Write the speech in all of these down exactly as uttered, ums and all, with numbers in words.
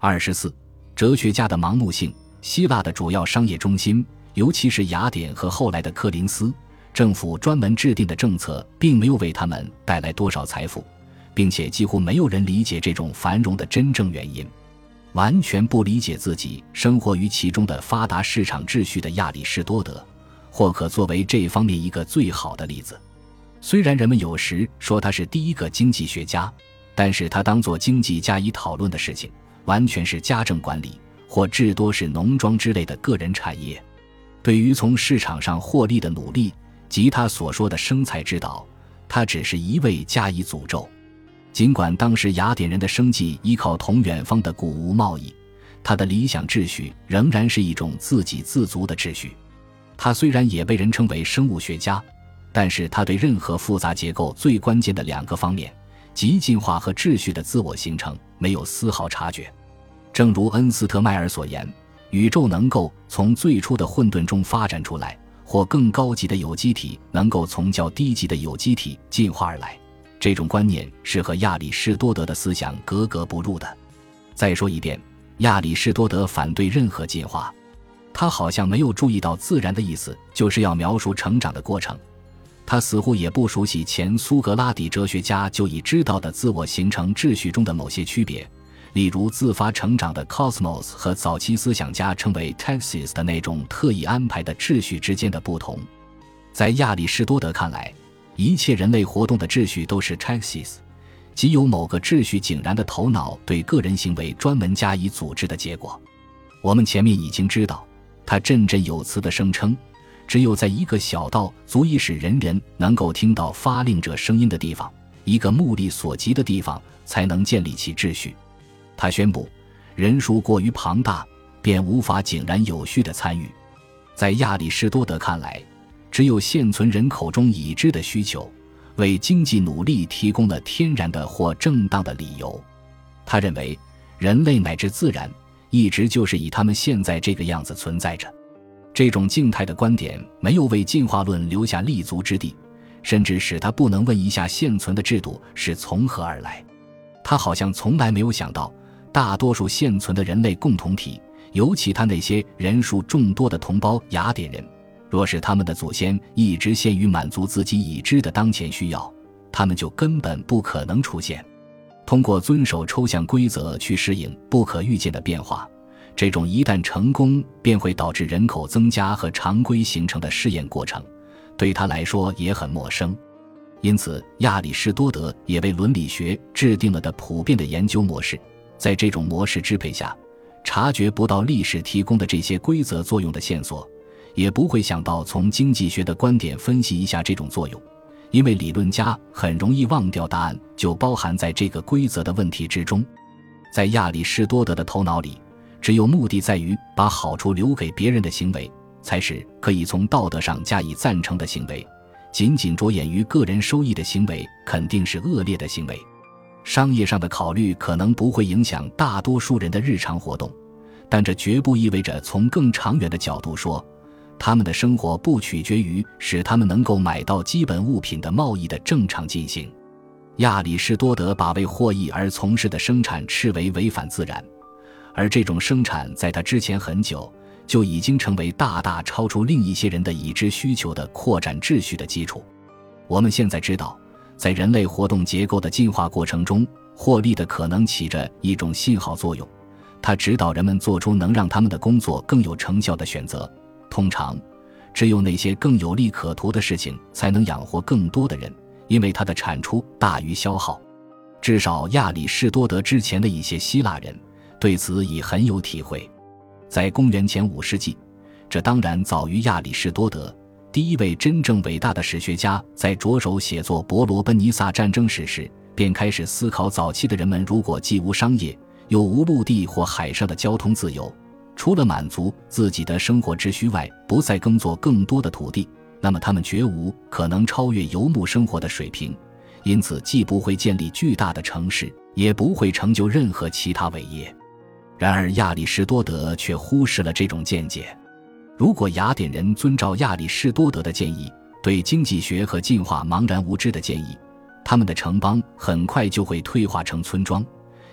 二十四、哲学家的盲目性。希腊的主要商业中心，尤其是雅典和后来的科林斯，政府专门制定的政策并没有为他们带来多少财富，并且几乎没有人理解这种繁荣的真正原因。完全不理解自己生活于其中的发达市场秩序的亚里士多德，或可作为这方面一个最好的例子。虽然人们有时说他是第一个经济学家，但是他当作经济加以讨论的事情完全是家政管理或至多是农庄之类的个人产业。对于从市场上获利的努力及他所说的生财之道，他只是一味加以诅咒。尽管当时雅典人的生计依靠同远方的谷物贸易，他的理想秩序仍然是一种自给自足的秩序。他虽然也被人称为生物学家，但是他对任何复杂结构最关键的两个方面，即进化和秩序的自我形成，没有丝毫察觉。正如恩斯特迈尔所言，宇宙能够从最初的混沌中发展出来，或更高级的有机体能够从较低级的有机体进化而来，这种观念是和亚里士多德的思想格格不入的。再说一遍，亚里士多德反对任何进化，他好像没有注意到自然的意思就是要描述成长的过程。他似乎也不熟悉前苏格拉底哲学家就已知道的自我形成秩序中的某些区别，例如自发成长的 cosmos 和早期思想家称为 taxis 的那种特意安排的秩序之间的不同。在亚里士多德看来，一切人类活动的秩序都是 taxis， 即有某个秩序井然的头脑对个人行为专门加以组织的结果。我们前面已经知道，他振振有词地声称，只有在一个小到足以使人人能够听到发令者声音的地方，一个目力所及的地方，才能建立起秩序。他宣布，人数过于庞大，便无法井然有序地参与。在亚里士多德看来，只有现存人口中已知的需求，为经济努力提供了天然的或正当的理由。他认为，人类乃至自然，一直就是以他们现在这个样子存在着。这种静态的观点没有为进化论留下立足之地，甚至使他不能问一下现存的制度是从何而来。他好像从来没有想到，大多数现存的人类共同体，尤其他那些人数众多的同胞雅典人，若是他们的祖先一直限于满足自己已知的当前需要，他们就根本不可能出现。通过遵守抽象规则去适应不可预见的变化，这种一旦成功便会导致人口增加和常规形成的试验过程，对他来说也很陌生。因此亚里士多德也为伦理学制定了的普遍的研究模式，在这种模式支配下，察觉不到历史提供的这些规则作用的线索，也不会想到从经济学的观点分析一下这种作用，因为理论家很容易忘掉答案就包含在这个规则的问题之中。在亚里士多德的头脑里，只有目的在于把好处留给别人的行为，才是可以从道德上加以赞成的行为，仅仅着眼于个人收益的行为肯定是恶劣的行为。商业上的考虑可能不会影响大多数人的日常活动，但这绝不意味着从更长远的角度说，他们的生活不取决于使他们能够买到基本物品的贸易的正常进行。亚里士多德把为获益而从事的生产视为违反自然，而这种生产在他之前很久就已经成为大大超出另一些人的已知需求的扩展秩序的基础。我们现在知道，在人类活动结构的进化过程中，获利的可能起着一种信号作用，它指导人们做出能让他们的工作更有成效的选择。通常只有那些更有利可图的事情才能养活更多的人，因为它的产出大于消耗。至少亚里士多德之前的一些希腊人对此已很有体会。在公元前五世纪，这当然早于亚里士多德，第一位真正伟大的史学家在着手写作伯罗奔尼撒战争史时，便开始思考早期的人们如果既无商业，又无陆地或海上的交通自由，除了满足自己的生活之需外，不再耕作更多的土地，那么他们绝无可能超越游牧生活的水平，因此既不会建立巨大的城市，也不会成就任何其他伟业。然而亚里士多德却忽视了这种见解。如果雅典人遵照亚里士多德的建议，对经济学和进化茫然无知的建议，他们的城邦很快就会退化成村庄，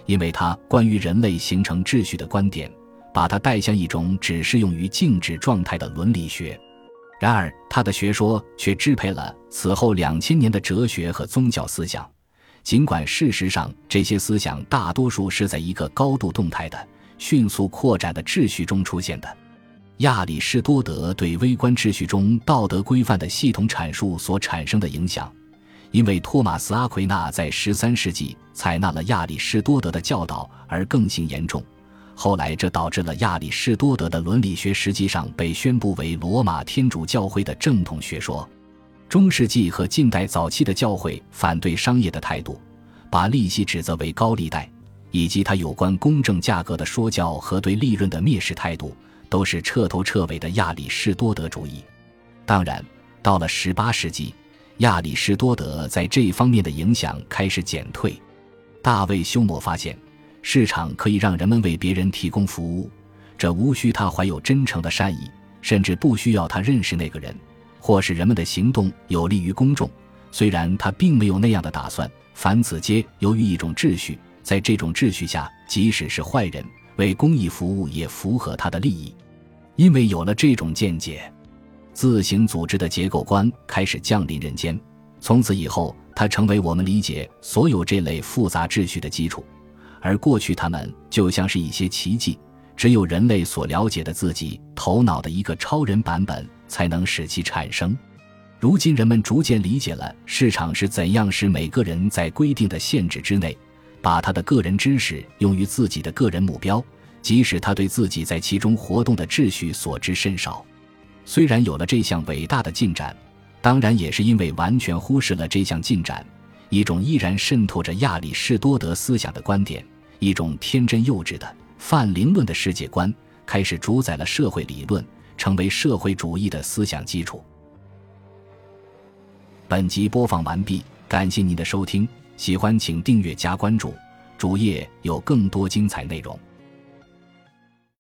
因为他关于人类形成秩序的观点，把它带向一种只适用于静止状态的伦理学。然而他的学说却支配了此后两千年的哲学和宗教思想，尽管事实上这些思想大多数是在一个高度动态的、迅速扩展的秩序中出现的。亚里士多德对微观秩序中道德规范的系统阐述所产生的影响，因为托马斯·阿奎那在十三世纪采纳了亚里士多德的教导而更形严重，后来这导致了亚里士多德的伦理学实际上被宣布为罗马天主教会的正统学说。中世纪和近代早期的教会反对商业的态度，把利息指责为高利贷，以及他有关公正价格的说教和对利润的蔑视态度，都是彻头彻尾的亚里士多德主义。当然，到了十八世纪，亚里士多德在这方面的影响开始减退。大卫休谟发现，市场可以让人们为别人提供服务，这无需他怀有真诚的善意，甚至不需要他认识那个人，或是人们的行动有利于公众，虽然他并没有那样的打算。凡此皆由于一种秩序，在这种秩序下，即使是坏人为公益服务也符合他的利益。因为有了这种见解，自行组织的结构观开始降临人间，从此以后它成为我们理解所有这类复杂秩序的基础。而过去它们就像是一些奇迹，只有人类所了解的自己头脑的一个超人版本才能使其产生。如今人们逐渐理解了市场是怎样使每个人在规定的限制之内，把他的个人知识用于自己的个人目标，即使他对自己在其中活动的秩序所知甚少。虽然有了这项伟大的进展，当然也是因为完全忽视了这项进展，一种依然渗透着亚里士多德思想的观点，一种天真幼稚的泛灵论的世界观，开始主宰了社会理论，成为社会主义的思想基础。本集播放完毕，感谢您的收听，喜欢请订阅加关注，主页有更多精彩内容。